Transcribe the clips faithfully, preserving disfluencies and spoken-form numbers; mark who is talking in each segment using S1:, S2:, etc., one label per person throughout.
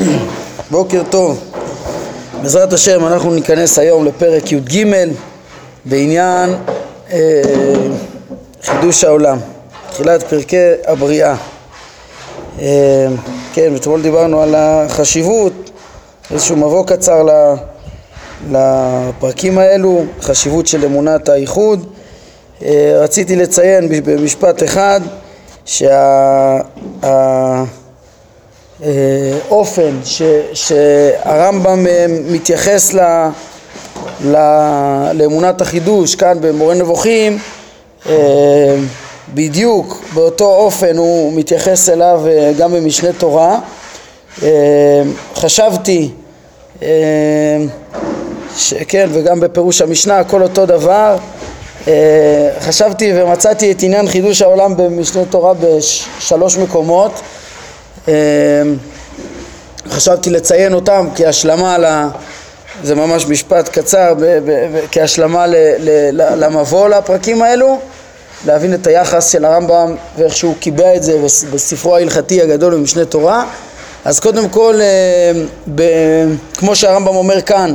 S1: בוקר טוב. בעזרת השם אנחנו ניכנס היום לפרק י"ג בעניין אה, חידוש העולם, תחילת פרקי הבריאה. אה, כן, אתמול דיברנו על החשיבות, איזשהו מבוא קצר לפרקים האלו, חשיבות של אמונת הייחוד. אה, רציתי לציין במשפט אחד שה... אופן ש, שהרמב"ם מתייחס ל, ל, לאמונת החידוש כאן במורה נבוכים, בדיוק באותו אופן הוא מתייחס אליו גם במשנה תורה. חשבתי שכן, וגם בפירוש המשנה הכל אותו דבר. חשבתי ומצאתי את עניין חידוש העולם במשנה תורה בשלוש מקומות. חשבתי לציין אותם כהשלמה, זה ממש משפט קצר, כהשלמה למבוא לפרקים האלו, להבין את היחס של הרמב"ם ואיך שהוא קיבע את זה בספרו ההלכתי הגדול במשנה תורה. אז קודם כל, כמו שהרמב"ם אומר כאן,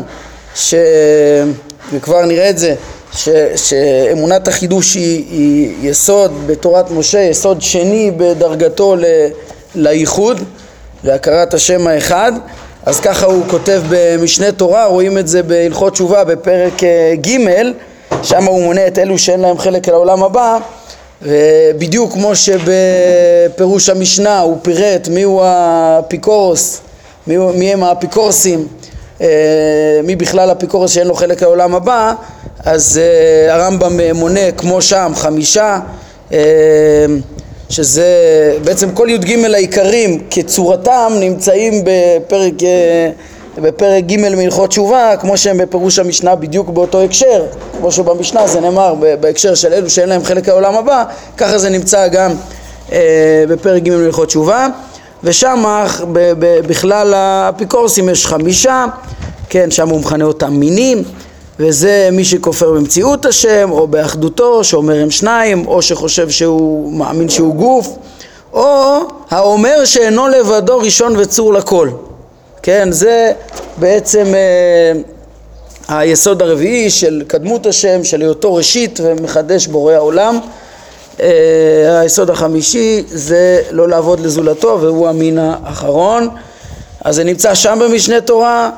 S1: וכבר נראה את זה, ש, שאמונת החידוש היא, היא יסוד בתורת משה, יסוד שני בדרגתו ל, לייחוד, להכרת השם האחד. אז ככה הוא כותב במשנה תורה, רואים את זה בהלכות תשובה בפרק ג', שם הוא מונה את אלו שאין להם חלק אל העולם הבא, ובדיוק כמו שבפירוש המשנה הוא פירט מיהו האפיקורוס, מי, מי הם האפיקורסים, מי בכלל אפיקורס שאין לו חלק לעולם הבא. אז uh, הרמב"ם מונה כמו שם חמישה, uh, שזה בעצם כל י"ג העיקרים כצורתם נמצאים בפרק, uh, בפרק ג' מהלכות תשובה, כמו שהם בפירוש המשנה בדיוק באותו הקשר, כמו שבמשנה זה נאמר בהקשר של אלו שאין להם חלק לעולם הבא, ככה זה נמצא גם uh, בפרק ג' מהלכות תשובה. ושם בכלל האפיקורסים יש חמישה, כן, שם הוא מכנה אותם מינים, וזה מי שכופר במציאות השם או באחדותו, שאומר הם שניים, או שחושב שהוא מאמין שהוא גוף, או האומר שאינו לבדו ראשון וצור לכל. כן, זה בעצם אה, היסוד הרביעי של קדמות השם, של היותו ראשית ומחדש בורא העולם. אה, היסוד החמישי זה לא לעבוד לזולתו, והוא המין האחרון. אז זה נמצא שם במשנה תורה.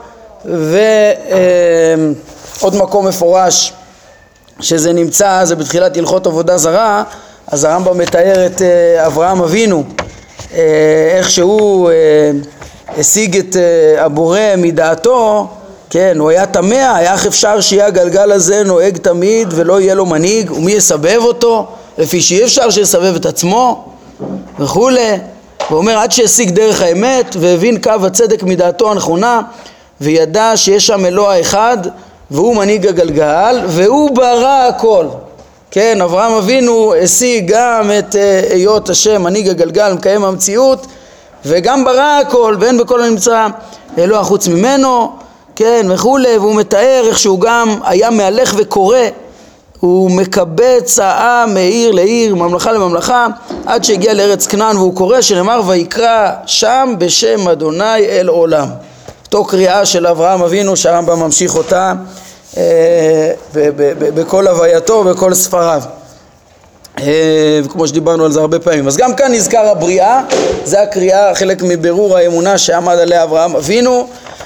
S1: ועוד מקום מפורש שזה נמצא, זה בתחילת הלכות עבודה זרה. אז הרמב"ם מתאר את אברהם אבינו, איך שהוא השיג את הבורא מדעתו, כן, הוא היה תמה, איך אפשר שיהיה הגלגל הזה נוהג תמיד ולא יהיה לו מנהיג, ומי יסבב אותו, לפי שאי אפשר שיסבב את עצמו וכו'. הוא אומר עד שהשיג דרך האמת והבין קו הצדק מדעתו הנכונה, וידע שיש שם אלוה אחד והוא מנהיג הגלגל והוא ברא הכל. כן, אברהם אבינו השיג גם את היות השם מנהיג הגלגל מקיים המציאות, וגם ברא הכל, ואין בכל הנמצא אלוה חוץ ממנו, כן, וכו'. והוא מתאר איך שהוא גם היה מהלך וקורא, הוא מקבץ העם מעיר לעיר, ממלכה לממלכה, עד שהגיע לארץ כנען, והוא קורא שנאמר ויקרא שם בשם אדוני אל עולם. אותו קריאה של אברהם אבינו שהרמב"ם ממשיך אותה אה, ב- ב- ב- בכל הווייתו ובכל ספריו, אה, וכמו שדיברנו על זה הרבה פעמים. אז גם כאן נזכר הבריאה, זה הקריאה, חלק מבירור האמונה שעמד עליה אברהם אבינו.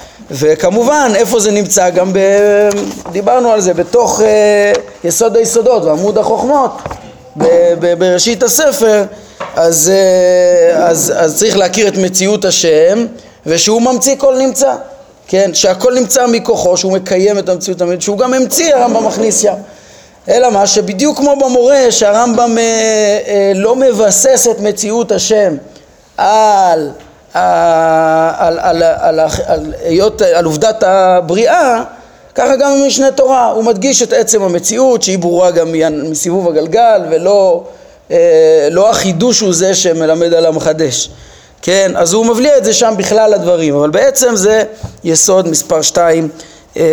S1: וכמובן איפה זה נמצא, גם ב... דיברנו על זה בתוך אה, יסוד היסודות ועמוד החוכמות ב- ב- בראשית הספר. אז, אה, אז, אז צריך להכיר את מציאות השם, ושהוא ממציא כל נמצא, כן, שהכל נמצא מכוחו, שהוא מקיים את המציאות המציאות, שהוא גם המציא, הרמב"ם מכניס שם. אלא מה, שבדיוק כמו במורה, שהרמב"ם אה, אה, לא מבסס את מציאות השם על, על, על, על, על, על, על, על עובדת הבריאה, ככה גם במשנה תורה, הוא מדגיש את עצם המציאות, שהיא ברורה גם מסיבוב הגלגל, ולא אה, לא החידוש הוא זה שמלמד על המחדש. כן, אז הוא מבליע את זה שם בכלל הדברים, אבל בעצם זה יסוד מספר שתיים אה,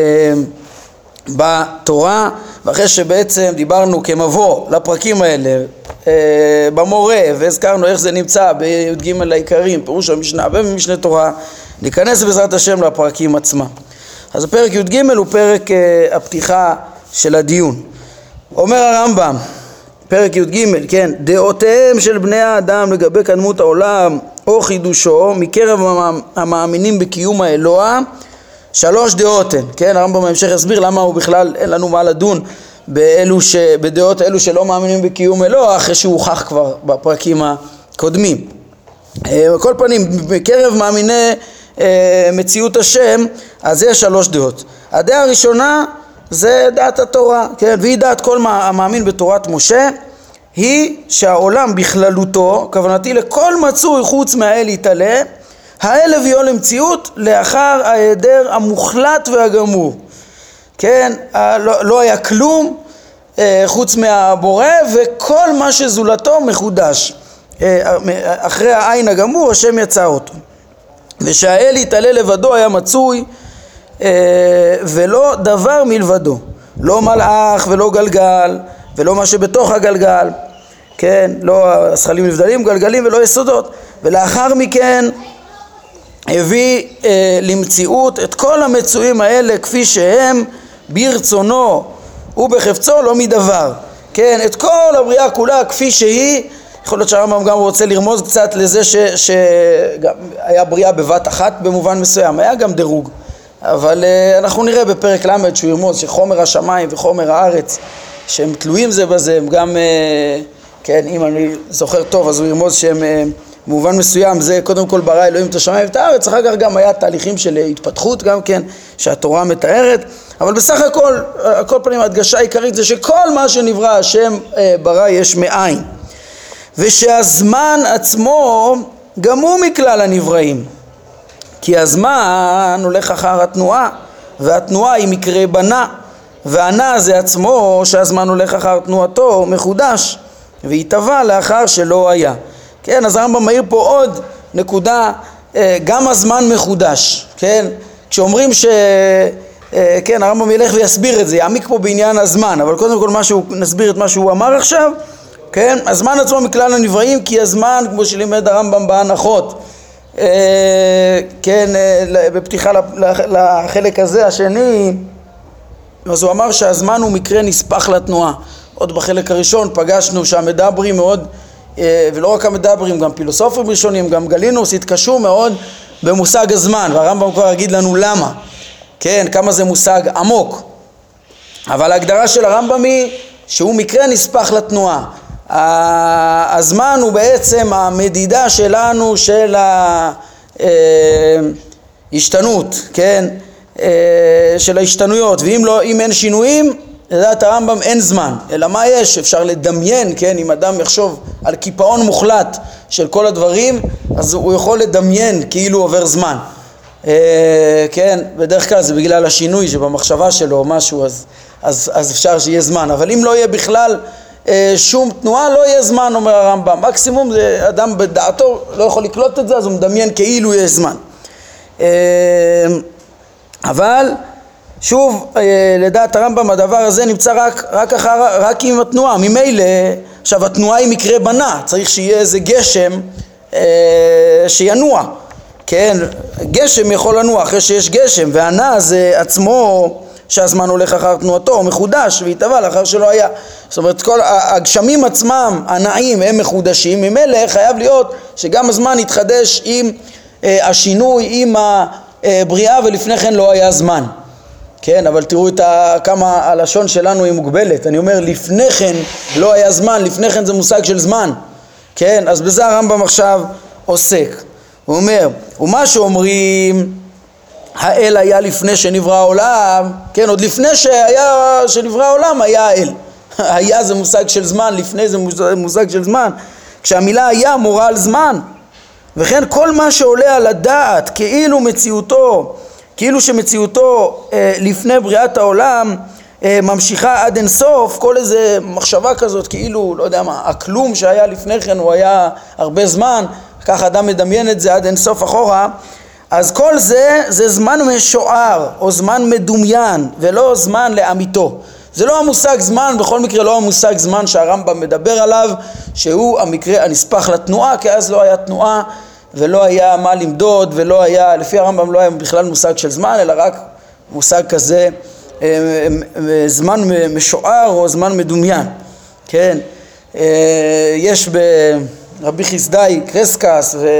S1: בתורה. ואחרי שבעצם דיברנו כמבוא לפרקים האלה אה, במורה, והזכרנו איך זה נמצא בי"ג העיקרים, פירוש המשנה ובמשנה תורה, ניכנס בעזרת השם לפרקים עצמם. אז הפרק י"ג הוא פרק uh, הפתיחה של הדיון. אומר הרמב"ם, פרק י"ג, כן, דעותיהם של בני האדם לגבי קדמות העולם או חידושו מקרב המאמינים בקיום האלוה, שלוש דעות הן, כן, הרמב"ם בהמשך יסביר למה הוא בכלל אין לנו מה לדון באלו ש... בדעות אלו שלא מאמינים בקיום אלוה אחרי שהוא הוכח כבר בפרקים הקודמים. בכל פנים, בקרב מאמיני מציאות השם, אז יש שלוש דעות. הדעה הראשונה זה דעת התורה, כן, והיא דעת כל המאמין בתורת משה, היא שהעולם בכללותו, כוונתי לכל מצוי חוץ מהאל יתעלה, האל הביאו למציאות לאחר ההיעדר המוחלט והגמור. כן, לא, לא היה כלום חוץ מהבורא, וכל מה שזולתו מחודש. אחרי העין הגמור השם יצא אותו. ושהאל יתעלה לבדו היה מצוי ולא דבר מלבדו. לא מלאך ולא גלגל ולא מה שבתוך הגלגל. כן, לא השכלים נבדלים, גלגלים ולא יסודות. ולאחר מכן הביא אה, למציאות את כל המצויים האלה כפי שהם ברצונו ובחפצו לא מדבר. כן, את כל הבריאה כולה כפי שהיא. יכול להיות שהרמב"ם גם רוצה לרמוז קצת לזה שהיה בריאה בבת אחת במובן מסוים, היה גם דירוג, אבל uh, אנחנו נראה בפרק למד שהוא ירמוז שחומר השמיים וחומר הארץ שהם תלויים זה בזה, הם גם, uh, כן, אם אני זוכר טוב אז הוא ירמוז שהם uh, במובן מסוים זה קודם כל ברא אלוהים את השמיים ואת הארץ, אחר כך גם היה תהליכים של התפתחות גם כן שהתורה מתארת, אבל בסך הכל, על כל פנים ההדגשה העיקרית זה שכל מה שנברא השם uh, ברא יש מאין, ושהזמן עצמו גם הוא מכלל הנבראים, כי הזמן הולך אחר התנועה, והתנועה היא מקרה בנה, והנה זה עצמו שהזמן הולך אחר תנועתו מחודש, והתהווה לאחר שלא היה. כן, אז הרמב"ם מעיר פה עוד נקודה, גם הזמן מחודש, כן, כשאומרים ש... כן, הרמב"ם ילך ויסביר את זה, יעמיק פה בעניין הזמן, אבל קודם כל משהו, נסביר את מה שהוא אמר עכשיו, כן, הזמן עצמו מכלל הנבראים, כי הזמן, כמו שלימד הרמב"ם בהנחות, אה, כן, אה, בפתיחה לחלק הזה השני, אז הוא אמר שהזמן הוא מקרה נספח לתנועה. עוד בחלק הראשון פגשנו שהמדברים מאוד, אה, ולא רק המדברים, גם פילוסופים ראשונים, גם גלינוס, התקשו מאוד במושג הזמן, והרמב"ם כבר יגיד לנו למה, כן, כמה זה מושג עמוק. אבל ההגדרה של הרמב"ם היא שהוא מקרה נספח לתנועה. הזמן הוא בעצם המדידה שלנו של ההשתנות, כן, של ההשתנויות, ואם לא, אם אין שינויים, לדעת הרמב"ם אין זמן, אלא מה יש? אפשר לדמיין, כן, אם אדם יחשוב על קיפאון מוחלט של כל הדברים, אז הוא יכול לדמיין כאילו עובר זמן, כן, בדרך כלל זה בגלל השינוי שבמחשבה שלו או משהו, אז, אז, אז אפשר שיהיה זמן, אבל אם לא יהיה בכלל שום תנועה לא יהיה זמן, אומר הרמב"ם. מקסימום זה אדם בדעתו לא יכול לקלוט את זה, אז הוא מדמיין כאילו יש זמן. אבל שוב, לדעת הרמב"ם הדבר הזה נמצא רק, רק, אחר, רק עם התנועה. ממילא, עכשיו התנועה היא מקרה בנה, צריך שיהיה איזה גשם שינוע. כן, גשם יכול לנוע אחרי שיש גשם, והנה זה עצמו שהזמן הולך אחר תנועתו, הוא מחודש והתהווה לאחר שלא היה. זאת אומרת, כל הגשמים עצמם, הנעים, הם מחודשים, ממילא חייב להיות שגם הזמן יתחדש עם אה, השינוי, עם הבריאה, ולפני כן לא היה זמן. כן, אבל תראו את ה, כמה הלשון שלנו היא מוגבלת. אני אומר, לפני כן לא היה זמן, לפני כן זה מושג של זמן. כן, אז בזה הרמב"ם עכשיו עוסק. הוא אומר, ומה שאומרים, האל היה לפני שנברא העולם, כן, עוד לפני שהיה, שנברא העולם היה האל. היה זה מושג של זמן, לפני זה מושג של זמן, כשהמילה היה מורה על זמן. וכן כל מה שעולה על הדעת כאילו מציאותו, כאילו שמציאותו אה, לפני בריאת העולם אה, ממשיכה עד אינסוף, כל איזה מחשבה כזאת כאילו, לא יודע מה, הכלום שהיה לפני כן הוא היה הרבה זמן, כך אדם מדמיין את זה עד אינסוף אחורה, אז כל זה זה זמן משוער או זמן מדומיין ולא זמן לאמיתו. זה לא המושג זמן, בכל מקרה לא המושג זמן שהרמב"ם מדבר עליו, שהוא המקרה הנספח לתנועה, כי אז לא היה תנועה ולא היה מה למדוד, ולא היה, לפי הרמב"ם לא היה בכלל מושג של זמן, אלא רק מושג כזה, זמן משוער או זמן מדומיין, כן? יש ברבי חסדאי קרסקס ו...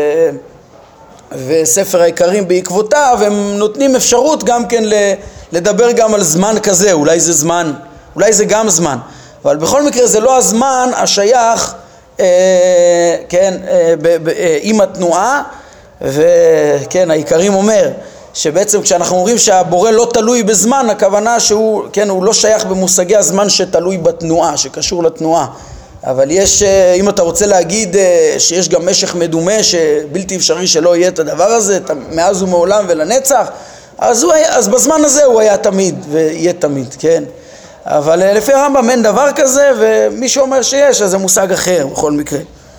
S1: וספר העיקרים בעקבותיו, הם נותנים אפשרות גם כן לדבר גם על זמן כזה, אולי זה זמן, אולי זה גם זמן, אבל בכל מקרה זה לא הזמן השייך, אה, כן, אה, ב, ב, אה, עם התנועה, וכן, העיקרים אומר, שבעצם כשאנחנו אומרים שהבורא לא תלוי בזמן, הכוונה שהוא, כן, הוא לא שייך במושגי הזמן שתלוי בתנועה, שקשור לתנועה. אבל יש, אם אתה רוצה להגיד שיש גם משך מדומה שבלתי אפשרי שלא יהיה את הדבר הזה, מאז ומעולם ולנצח, אז, הוא היה, אז בזמן הזה הוא היה תמיד ויהיה תמיד, כן? אבל לפי הרמב"ם אין דבר כזה, ומי שאומר שיש, אז זה מושג אחר בכל מקרה.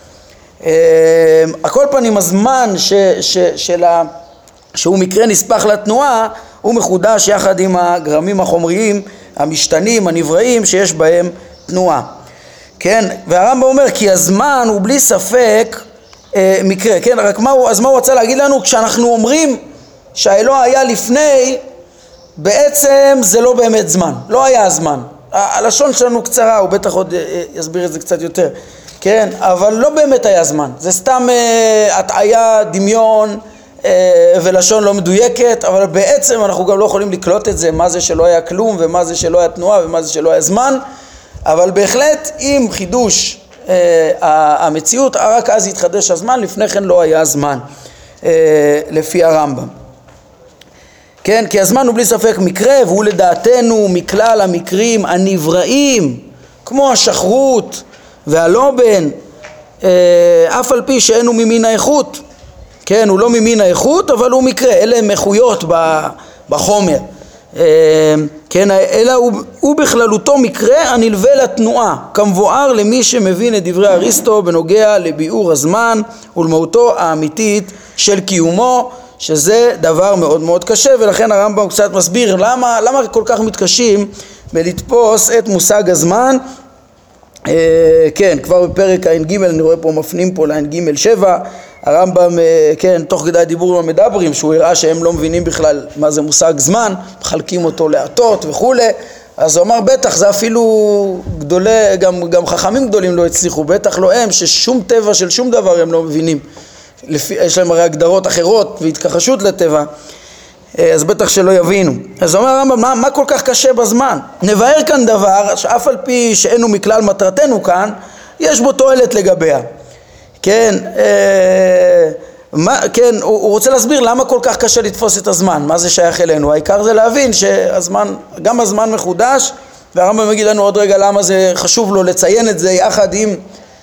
S1: הכל פנים, הזמן ש, ש, של ה, שהוא מקרה נספח לתנועה, הוא מחודש יחד עם הגרמים החומריים, המשתנים, הנבראים, שיש בהם תנועה. כן, והרמב"ם אומר כי הזמן הוא בלי ספק אה, מקרה, כן, רק מה הוא, אז מה הוא רוצה להגיד לנו? כשאנחנו אומרים שהאלוה היה לפני, בעצם זה לא באמת זמן, לא היה הזמן. הלשון שלנו קצרה, הוא בטח עוד אה, יסביר את זה קצת יותר, כן, אבל לא באמת היה זמן, זה סתם אה, הטעיה, דמיון אה, ולשון לא מדויקת, אבל בעצם אנחנו גם לא יכולים לקלוט את זה, מה זה שלא היה כלום ומה זה שלא היה תנועה ומה זה שלא היה זמן, אבל בהחלט עם חידוש אה, המציאות, רק אז התחדש הזמן, לפני כן לא היה זמן, אה, לפי הרמב"ם. כן, כי הזמן הוא בלי ספק מקרה, והוא לדעתנו מכלל המקרים הנבראים, כמו השחרות והלובן, אה, אף על פי שאינו ממין האיכות, כן, הוא לא ממין האיכות, אבל הוא מקרה, אלה הם איכויות בחומר. כן, אלא הוא, הוא בכללותו מקרה הנלווה לתנועה, כמבואר למי שמבין את דברי אריסטו בנוגע לביאור הזמן ולמהותו האמיתית של קיומו, שזה דבר מאוד מאוד קשה, ולכן הרמב"ם קצת מסביר למה, למה כל כך מתקשים בלתפוס את מושג הזמן. כן, כבר בפרק עין ג' אני רואה פה מפנים פה לעין ג' שבע, הרמב"ם, כן, תוך כדי הדיבור עם המדברים, שהוא הראה שהם לא מבינים בכלל מה זה מושג זמן, מחלקים אותו לעתות וכו', אז הוא אמר בטח זה אפילו גדולי, גם, גם חכמים גדולים לא הצליחו, בטח לא הם, ששום טבע של שום דבר הם לא מבינים, לפי, יש להם הרי הגדרות אחרות והתכחשות לטבע, אז בטח שלא יבינו. אז אומר הרמב"ם, מה, מה כל כך קשה בזמן? נבהר כאן דבר שאף על פי שאינו מכלל מטרתנו כאן, יש בו תועלת לגביה. כן, אה, מה, כן, הוא, הוא רוצה להסביר למה כל כך קשה לתפוס את הזמן, מה זה שייך אלינו. העיקר זה להבין שהזמן, גם הזמן מחודש, והרמב"ם מגיד לנו עוד רגע למה זה חשוב לו לציין את זה יחד עם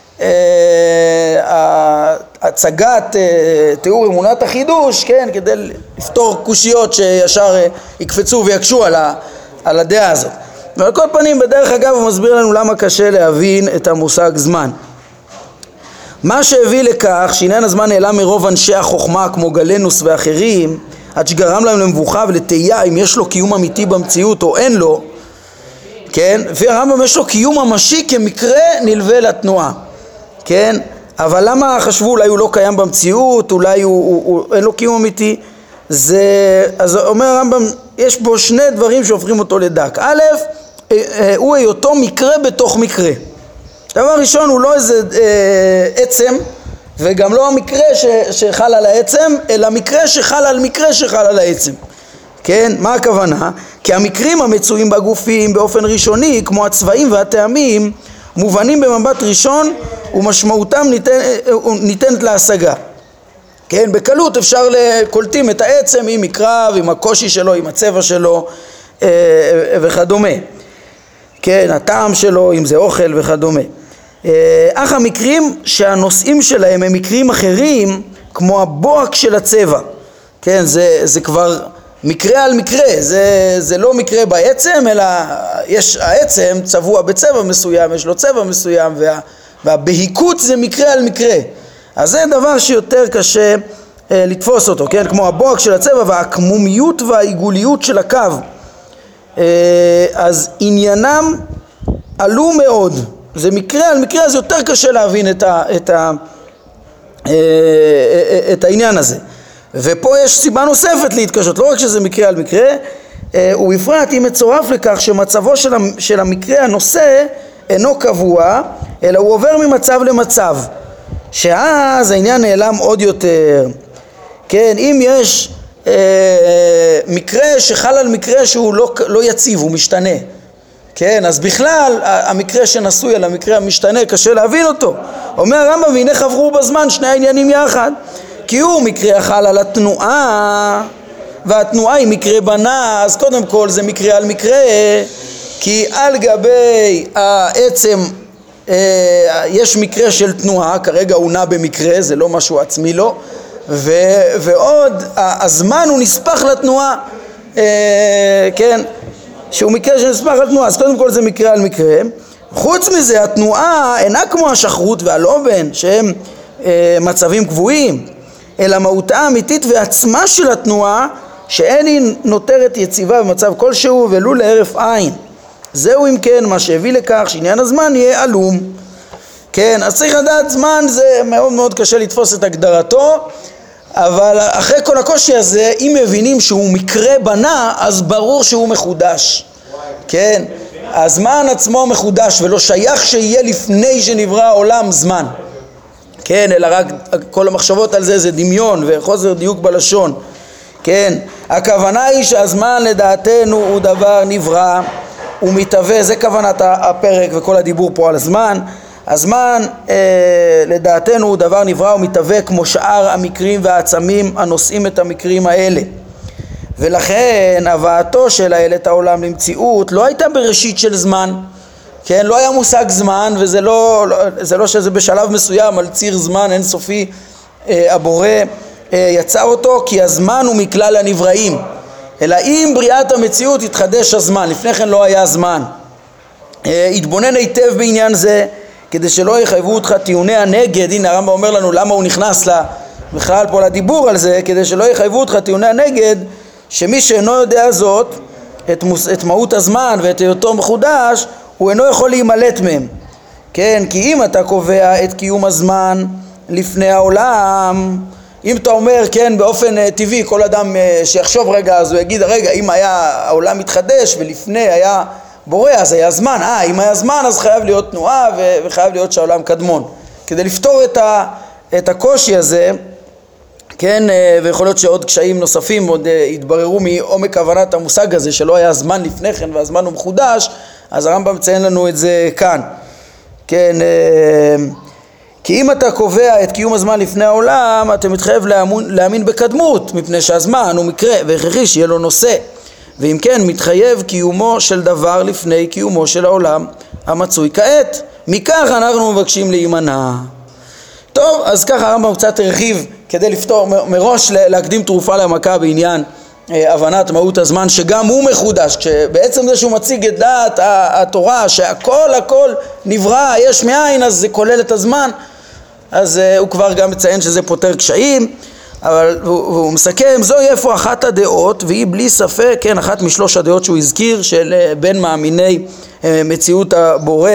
S1: אה, הצגת אה, תיאור אמונת החידוש, כן, כדי לפתור קושיות שישר אה, יקפצו ויקשו על, ה, על הדעה הזאת. ועל כל פנים, בדרך אגב הוא מסביר לנו למה קשה להבין את המושג זמן. מה שהביא לכך שעניין הזמן נעלם מרוב אנשי החוכמה כמו גלנוס ואחרים, עד שגרם להם למבוכה ולתהייה אם יש לו קיום אמיתי במציאות או אין לו, כן, לפי הרמב"ם יש לו קיום ממשי כמקרה נלווה לתנועה, כן, אבל למה חשבו אולי הוא לא קיים במציאות, אולי הוא, הוא, הוא, אין לו קיום אמיתי? זה, אז אומר הרמב"ם, יש בו שני דברים שהופכים אותו לדק. א', הוא היותו מקרה בתוך מקרה. דבר ראשון, הוא לא איזה אה, עצם, וגם לא המקרה ש, שחל על העצם, אלא מקרה שחל על מקרה שחל על העצם. כן, מה הכוונה? כי המקרים המצויים בגופים באופן ראשוני, כמו הצבעים והטעמים, מובנים במבט ראשון ומשמעותם ניתן, ניתנת להשגה. כן, בקלות אפשר לקולטים את העצם עם מקרב, עם הקושי שלו, עם הצבע שלו אה, וכדומה. כן, הטעם שלו, אם זה אוכל וכדומה. אך המקרים שהנושאים שלהם הם מקרים אחרים, כמו הבוהק של הצבע, כן, זה, זה כבר מקרה על מקרה, זה, זה לא מקרה בעצם, אלא יש העצם צבוע בצבע מסוים, יש לו צבע מסוים, וה, והבהיקות זה מקרה על מקרה. אז זה דבר שיותר קשה אה, לתפוס אותו, כן, כמו הבוהק של הצבע והקמומיות והעיגוליות של הקו. אז עניינם עלו מאוד, זה מקרה על מקרה, אז יותר קשה להבין את, ה, את, ה, את העניין הזה. ופה יש סיבה נוספת להתקשות, לא רק שזה מקרה על מקרה, ובפרט אם מצורף לכך שמצבו של המקרה הנושא אינו קבוע, אלא הוא עובר ממצב למצב, שאז העניין נעלם עוד יותר. כן, אם יש אה, מקרה שחל על מקרה שהוא לא, לא יציב, הוא משתנה, כן, אז בכלל המקרה שנשוי על המקרה המשתנה קשה להבין אותו. אומר הרמב"ם, והנה חברו בזמן שני העניינים יחד, כי הוא מקרה חל על התנועה, והתנועה היא מקרה בנה, אז קודם כל זה מקרה על מקרה, כי על גבי העצם אה, יש מקרה של תנועה, כרגע הוא נע במקרה, זה לא משהו עצמי לו, ו, ועוד הזמן הוא נספח לתנועה, אה, כן, שהוא מקרה שנספח לתנועה, אז קודם כל זה מקרה על מקרה. חוץ מזה התנועה אינה כמו השחרות והלובן שהם אה, מצבים קבועים, אלא מהותה האמיתית ועצמה של התנועה שאין היא נותרת יציבה במצב כלשהו ולו להרף עין. זהו אם כן מה שהביא לכך שעניין הזמן יהיה עלום. כן, אז צריך לדעת זמן, זה מאוד מאוד קשה לתפוס את הגדרתו, אבל אחרי כל הקושי הזה, אם מבינים שהוא מקרה בנה, אז ברור שהוא מחודש. כן, הזמן עצמו מחודש ולא שייך שיהיה לפני שנברא העולם זמן. כן, אלא רק כל המחשבות על זה זה דמיון וחוסר דיוק בלשון. כן, הכוונה היא שהזמן לדעתנו הוא דבר נברא, הוא מתהווה, זה כוונת הפרק וכל הדיבור פה על הזמן. הזמן אה, לדעתנו הוא דבר נברא ומתהווה כמו שאר המקרים והעצמים הנושאים את המקרים האלה. ולכן הבאתו של האל את העולם למציאות לא הייתה בראשית של זמן. כן, לא היה מושג זמן, וזה לא, זה לא שזה בשלב מסוים על ציר זמן אינסופי אה, הבורא אה, יצר אותו, כי הזמן הוא מכלל הנבראים. אלא אם בריאת המציאות התחדש הזמן, לפני כן לא היה זמן. אה, התבונן היטב בעניין זה, כדי שלא יחייבו אותך טיעוני הנגד. הנה הרמב"ם אומר לנו למה הוא נכנס לה, בכלל פה לדיבור על זה, כדי שלא יחייבו אותך טיעוני הנגד, שמי שאינו יודע זאת, את, מוס, את מהות הזמן ואת היותו מחודש, הוא אינו יכול להימלט מהם. כן, כי אם אתה קובע את קיום הזמן לפני העולם, אם אתה אומר, כן, באופן טבעי, כל אדם שיחשוב רגע, אז הוא יגיד, רגע, אם היה העולם מתחדש ולפני היה בורא, אז היה זמן. אה, אם היה זמן, אז חייב להיות תנועה וחייב להיות שהעולם קדמון. כדי לפתור את, ה, את הקושי הזה, כן, ויכול להיות שעוד קשיים נוספים עוד התבררו מעומק הבנת המושג הזה, שלא היה זמן לפני כן והזמן הוא מחודש, אז הרמב"ם מציין לנו את זה כאן. כן, כי אם אתה קובע את קיום הזמן לפני העולם, אתה מתחייב להאמין, להאמין בקדמות, מפני שהזמן הוא מקרה והכרחי שיהיה לו נושא. ואם כן, מתחייב קיומו של דבר לפני קיומו של העולם המצוי כעת. מכך אנחנו מבקשים להימנע. טוב, אז ככה הרמב"ם קצת הרחיב כדי לפתור מראש, להקדים תרופה למכה בעניין הבנת מהות הזמן, שגם הוא מחודש, כשבעצם זה שהוא מציג את דעת התורה שהכל הכל נברא יש מאין, אז זה כולל את הזמן, אז הוא כבר גם מציין שזה פותר קשיים. אבל הוא מסכם, זוהי איפה אחת הדעות, והיא בלי ספק, כן, אחת משלוש הדעות שהוא הזכיר, של בין מאמיני מציאות הבורא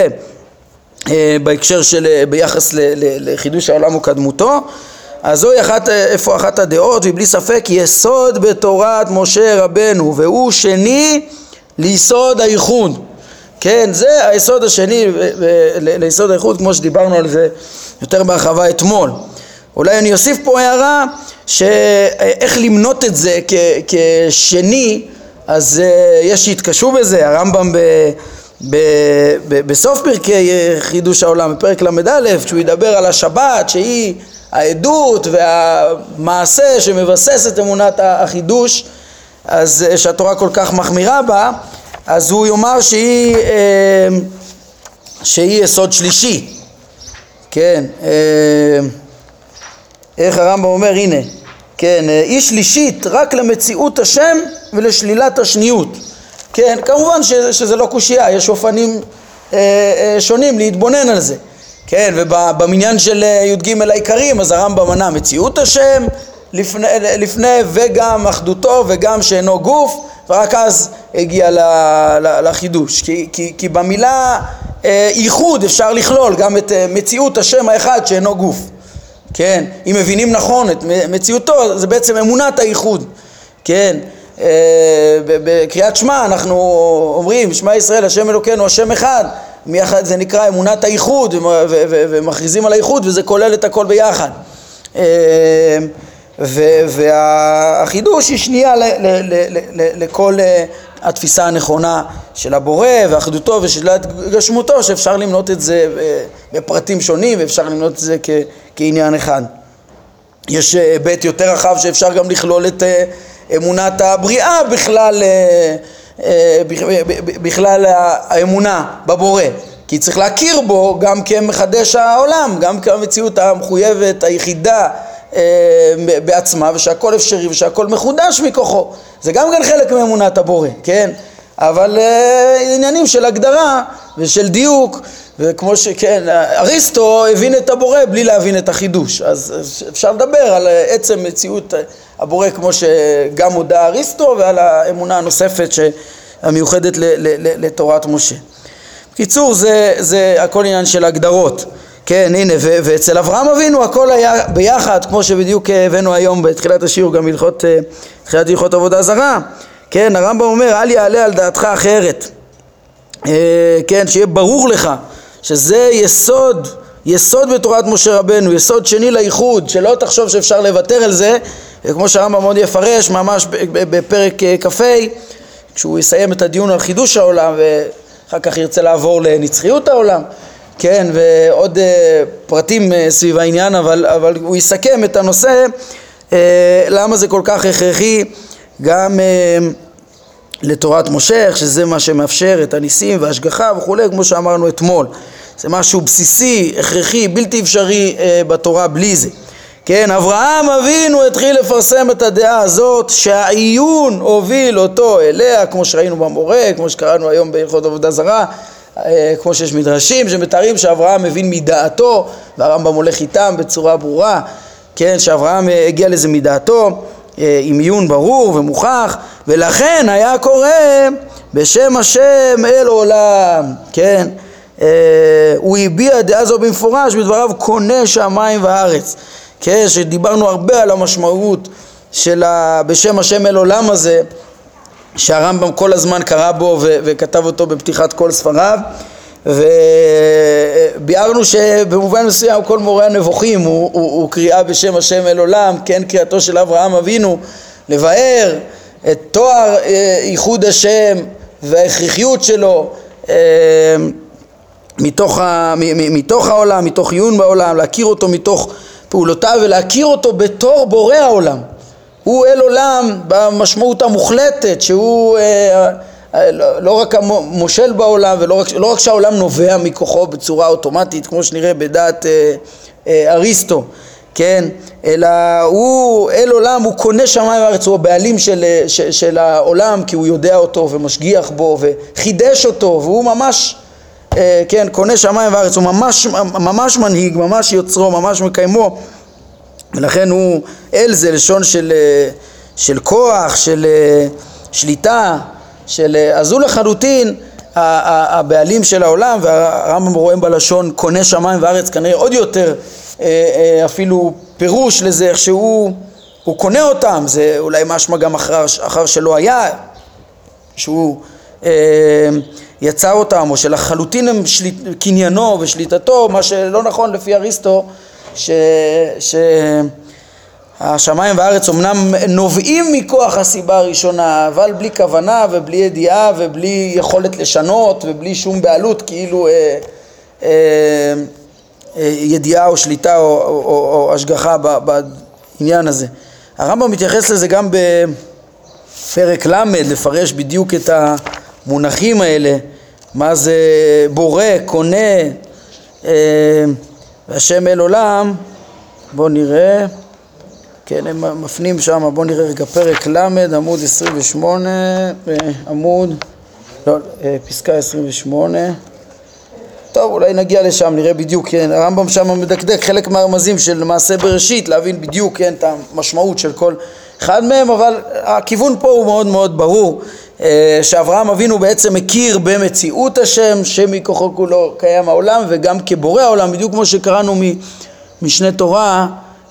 S1: בהקשר של ביחס לחידוש העולם וקדמותו. אז זוהי אחת, איפה אחת הדעות, ובלי ספק יסוד בתורת משה רבנו, והוא שני ליסוד הייחוד. כן, זה היסוד השני ליסוד הייחוד, כמו שדיברנו על זה יותר בהרחבה אתמול. אולי אני אוסיף פה הערה שאיך למנות את זה כ- כשני, אז uh, יש שהתקשו בזה. הרמב"ם ב- ב- ב- בסוף פרקי חידוש העולם, בפרק למד א', כשהוא ידבר על השבת שהיא העדות והמעשה שמבסס את אמונת החידוש, אז uh, שהתורה כל כך מחמירה בה, אז הוא יאמר שהיא, uh, שהיא יסוד שלישי. כן, uh, איך הרמב"ם אומר, הנה, כן, היא שלישית רק למציאות השם ולשלילת השניות. כן, כמובן ש, שזה לא קושייה, יש אופנים אה, אה, שונים להתבונן על זה. כן, ובמניין של י"ג העיקרים, אז הרמב"ם מנה מציאות השם לפני, לפני וגם אחדותו וגם שאינו גוף, ורק אז הגיע ל, ל, לחידוש. כי, כי, כי במילה אה, ייחוד אפשר לכלול גם את אה, מציאות השם האחד שאינו גוף. כן, אם מבינים נכון את מציאותו, זה בעצם אמונת הייחוד, כן, בקריאת שמע אנחנו אומרים, שמע ישראל, השם אלוקינו, השם אחד, זה נקרא אמונת הייחוד, ומכריזים על הייחוד, וזה כולל את הכל ביחד. והחידוש היא שנייה לכל התפיסה הנכונה של הבורא ואחדותו ושלילת גשמותו, שאפשר למנות את זה בפרטים שונים ואפשר למנות את זה כעניין אחד. יש בית יותר רחב שאפשר גם לכלול את אמונת הבריאה בכלל, בכלל האמונה בבורא, כי צריך להכיר בו גם כמחדש העולם, גם כמציאות המחויבת היחידה בעצמה, ושהכל אפשרי ושהכל מחודש מכוחו. זה גם כן חלק מאמונת הבורא, כן? אבל עניינים של הגדרה ושל דיוק, וכמו שכן, אריסטו הבין את הבורא בלי להבין את החידוש, אז אפשר לדבר על עצם מציאות הבורא כמו שגם הודע אריסטו, ועל האמונה הנוספת המיוחדת לתורת משה. בקיצור, זה, זה הכל עניין של הגדרות. כן, הנה, ו- ואצל אברהם אבינו הכל היה ביחד, כמו שבדיוק הבאנו היום בתחילת השיעור, גם הלכות, תחילת הלכות עבודה זרה. כן, הרמב"ם אומר, אל יעלה על דעתך אחרת. כן, שיהיה ברור לך שזה יסוד, יסוד בתורת משה רבנו, יסוד שני לייחוד, שלא תחשוב שאפשר לוותר על זה, כמו שהרמב"ם מאוד יפרש ממש בפרק כ"ה, כשהוא יסיים את הדיון על חידוש העולם, ואחר כך ירצה לעבור לנצחיות העולם. כן, ועוד uh, פרטים uh, סביב העניין, אבל, אבל הוא יסכם את הנושא, uh, למה זה כל כך הכרחי גם uh, לתורת משה, שזה מה שמאפשר את הניסים וההשגחה וכו', כמו שאמרנו אתמול. זה משהו בסיסי, הכרחי, בלתי אפשרי uh, בתורה בלי זה. כן, אברהם אבינו התחיל לפרסם את הדעה הזאת, שהעיון הוביל אותו אליה, כמו שראינו במורה, כמו שקראנו היום בהלכות עבודה זרה, כמו שיש מדרשים שמתארים שאברהם מבין מדעתו, והרמב"ם הולך איתם בצורה ברורה, כן, שאברהם הגיע לזה מדעתו עם עיון ברור ומוכח, ולכן היה קורא בשם השם אל עולם, כן, הוא הביע דעה זו במפורש בדבריו קונה שמיים וארץ, כן, שדיברנו הרבה על המשמעות של בשם השם אל עולם הזה, שהרמב"ם כל הזמן קרא בו ו- וכתב אותו בפתיחת כל ספריו, וביארנו שבמובן מסוים כל מורה הנבוכים הוא, הוא, הוא קריאה בשם השם אל עולם, כן, קריאתו של אברהם אבינו לבאר את תואר ייחוד השם וההכרחיות שלו מתוך, ה, מתוך העולם, מתוך עיון בעולם, להכיר אותו מתוך פעולותיו ולהכיר אותו בתור בורא העולם. הוא אל עולם במשמעות המוחלטת, שהוא אה, אה, לא, לא רק המושל בעולם, ולא רק, לא רק שהעולם נובע מכוחו בצורה אוטומטית, כמו שנראה בדעת אה, אה, אריסטו, כן? אלא הוא אל עולם, הוא קונה שמיים וארץ, הוא הבעלים של, של, של העולם, כי הוא יודע אותו ומשגיח בו וחידש אותו, והוא ממש, אה, כן, קונה שמיים וארץ, הוא ממש, ממש מנהיג, ממש יוצרו, ממש מקיימו, ולכן הוא אל זה לשון של, של כוח, של שליטה, של, אז הוא לחלוטין הבעלים של העולם, והרמב"ם רואים בלשון קונה שמיים וארץ כנראה עוד יותר אפילו פירוש לזה, איך שהוא הוא קונה אותם, זה אולי משמע גם אחר, אחר שלא היה, שהוא יצר אותם, או שלחלוטין הם שליט, קניינו ושליטתו, מה שלא נכון לפי אריסטו, ש... שהשמיים והארץ אמנם נובעים מכוח הסיבה הראשונה, אבל בלי כוונה ובלי ידיעה ובלי יכולת לשנות ובלי שום בעלות, כאילו אה, אה, אה, ידיעה או שליטה או, או, או, או השגחה בעניין הזה. הרמב"ם מתייחס לזה גם בפרק למד, לפרש בדיוק את המונחים האלה, מה זה בורא, קונה, אה, והשם אל עולם. בואו נראה, כן, הם מפנים שם, בואו נראה רגע, פרק למד, עמוד עשרים ושמונה, עמוד, לא, פסקה עשרים ושמונה, טוב, אולי נגיע לשם, נראה בדיוק, כן, הרמב"ם שם מדקדק חלק מהרמזים של מעשה בראשית, להבין בדיוק, כן, את המשמעות של כל אחד מהם, אבל הכיוון פה הוא מאוד מאוד ברור, שאברהם אבינו בעצם מכיר במציאות השם, שמכוחו כולו קיים העולם, וגם כבורא העולם, בדיוק כמו שקראנו משנה תורה,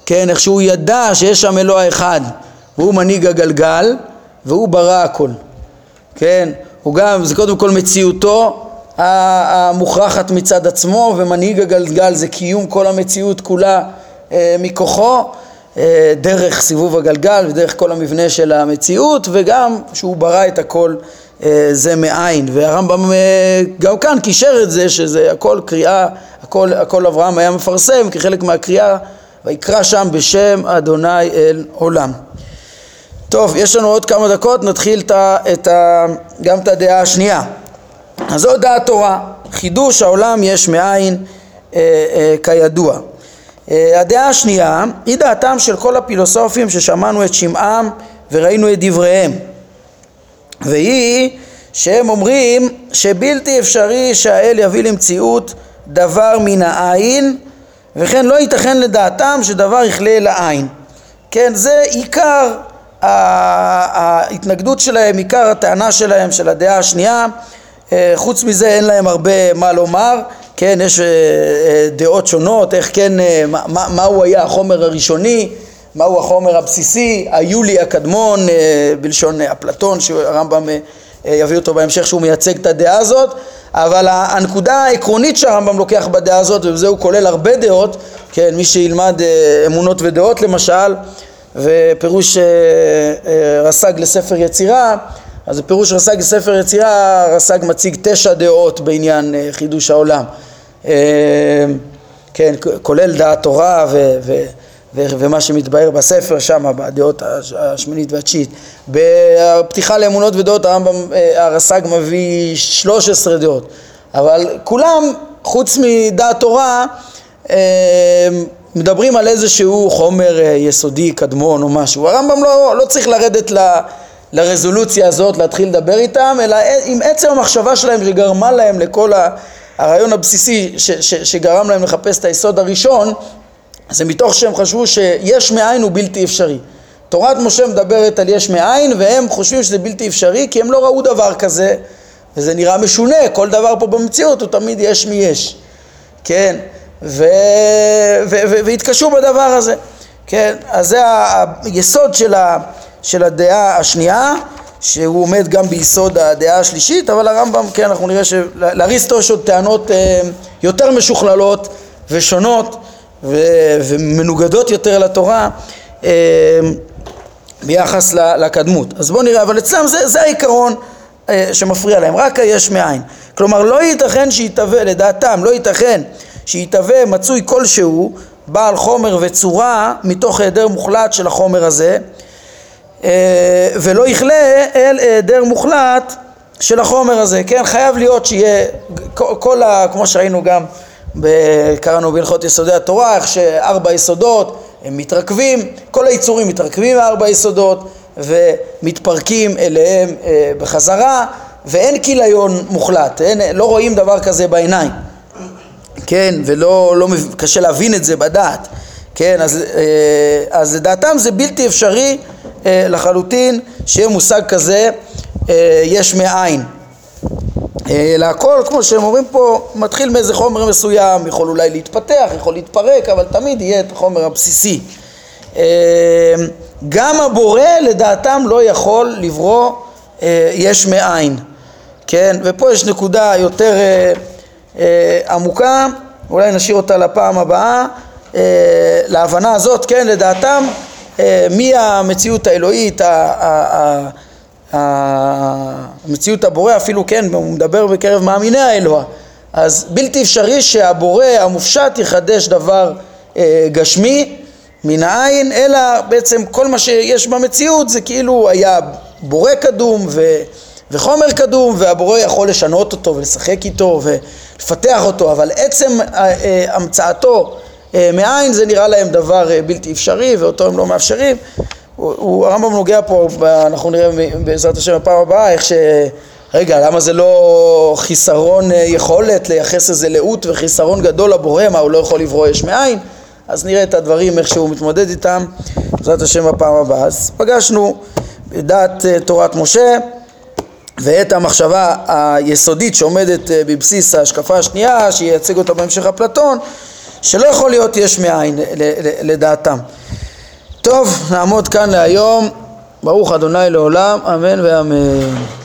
S1: כן, איך שהוא ידע שיש שם אלוה אחד, והוא מנהיג הגלגל, והוא ברא הכל. כן, הוא גם, זה קודם כל מציאותו המוכרחת מצד עצמו, ומנהיג הגלגל זה קיום כל המציאות כולה אה, מכוחו, אה, דרך סיבוב הגלגל ודרך כל המבנה של המציאות, וגם שהוא ברא את הכל אה, זה מאין. והרמב"ם אה, גם כאן קישר את זה שזה הכל קריאה, הכל, הכל אברהם היה מפרסם כחלק מהקריאה, ויקרא שם בשם אדוני אל עולם. טוב, יש לנו עוד כמה דקות, נתחיל את ה, את ה, גם את הדעה השנייה. אז זו דעת תורה, חידוש העולם יש מאין אה, אה, כידוע. אה, הדעה השנייה היא דעתם של כל הפילוסופים ששמענו את שמעם וראינו את דבריהם, והיא שהם אומרים שבלתי אפשרי שהאל יביא למציאות דבר מן העין, וכן לא ייתכן לדעתם שדבר יכלה לעין. כן, זה עיקר ההתנגדות שלהם, עיקר הטענה שלהם, של הדעה השנייה. חוץ מזה אין להם הרבה מה לומר. כן, יש דעות שונות, איך כן, מה, מה הוא היה החומר הראשוני, מהו החומר הבסיסי, היולי הקדמון, בלשון אפלטון, שהרמב"ם יביא אותו בהמשך שהוא מייצג את הדעה הזאת. אבל הנקודה העקרונית שהרמב"ם לוקח בדעה הזאת, ובזה הוא כולל הרבה דעות, כן, מי שילמד אמונות ודעות למשל, ופירוש רס"ג לספר יצירה, אז פירוש רס"ג לספר יצירה, רס"ג מציג תשע דעות בעניין חידוש העולם. כן, כולל דעת תורה ו... ו ומה שמתבהר בספר שם, בדעות השמינית והתשיעית. בפתיחה לאמונות ודעות הרמב"ם, הרס"ג מביא שלוש עשרה דעות, אבל כולם חוץ מדעת תורה מדברים על איזשהו חומר יסודי קדמון או משהו. הרמב"ם לא, לא צריך לרדת ל, לרזולוציה הזאת להתחיל לדבר איתם, אלא עם עצם המחשבה שלהם שגרמה להם לכל הרעיון הבסיסי ש, ש, שגרם להם לחפש את היסוד הראשון, זה מתוך שהם חשבו שיש מאין הוא בלתי אפשרי. תורת משה מדברת על יש מאין, והם חושבים שזה בלתי אפשרי כי הם לא ראו דבר כזה, וזה נראה משונה. כל דבר פה במציאות הוא תמיד יש מיש. כן, ו... ו... ו... והתקשו בדבר הזה. כן, אז זה היסוד של, ה... של הדעה השנייה, שהוא עומד גם ביסוד הדעה השלישית, אבל הרמב"ם, כן, אנחנו נראה שלאריסטו יש עוד טענות יותר משוכללות ושונות, ו- ומנוגדות יותר לתורה אה, ביחס לקדמות. אז בואו נראה, אבל אצלם זה, זה העיקרון אה, שמפריע להם, רק היש מאין. כלומר, לא ייתכן שיתהווה, לדעתם, לא ייתכן שיתהווה מצוי כלשהו בעל חומר וצורה מתוך היעדר מוחלט של החומר הזה, אה, ולא יכלה אל היעדר מוחלט של החומר הזה. כן, חייב להיות שיהיה כל, כל ה... כמו שראינו גם קראנו בהלכות יסודי התורה, איך שארבע יסודות הם מתרכבים, כל היצורים מתרכבים מארבע יסודות ומתפרקים אליהם בחזרה, ואין כיליון מוחלט, אין, לא רואים דבר כזה בעיניים, כן, ולא לא, קשה להבין את זה בדעת, כן, אז, אז לדעתם זה בלתי אפשרי לחלוטין שיהיה מושג כזה יש מאין. אלא הכל, כמו שהם אומרים פה, מתחיל מאיזה חומר מסוים, יכול אולי להתפתח, יכול להתפרק, אבל תמיד יהיה את החומר הבסיסי. גם הבורא לדעתם לא יכול לברוא יש מאין. כן, ופה יש נקודה יותר עמוקה, אולי נשאיר אותה לפעם הבאה, להבנה הזאת, כן, לדעתם, מי המציאות האלוהית, המציאות הבורא, אפילו כן, הוא מדבר בקרב מאמיני האלוה, אז בלתי אפשרי שהבורא המופשט יחדש דבר אה, גשמי מן העין, אלא בעצם כל מה שיש במציאות זה כאילו היה בורא קדום ו, וחומר קדום, והבורא יכול לשנות אותו ולשחק איתו ולפתח אותו, אבל עצם אה, אה, המצאתו אה, מאין זה נראה להם דבר אה, בלתי אפשרי, ואותו הם לא מאפשרים. הוא, הוא, הרמב"ם נוגע פה, אנחנו נראה בעזרת השם בפעם הבאה, איך ש... רגע, למה זה לא חיסרון יכולת לייחס איזה לאות וחיסרון גדול לבורא, מה הוא לא יכול לברוא יש מאין? אז נראה את הדברים, איך שהוא מתמודד איתם, בעזרת השם בפעם הבאה. אז פגשנו בדעת תורת משה, ואת המחשבה היסודית שעומדת בבסיס ההשקפה השנייה, שייצג אותה בהמשך אפלטון, שלא יכול להיות יש מאין לדעתם. טוב, נעמוד כאן להיום. ברוך אדוני לעולם, אמן ואמן.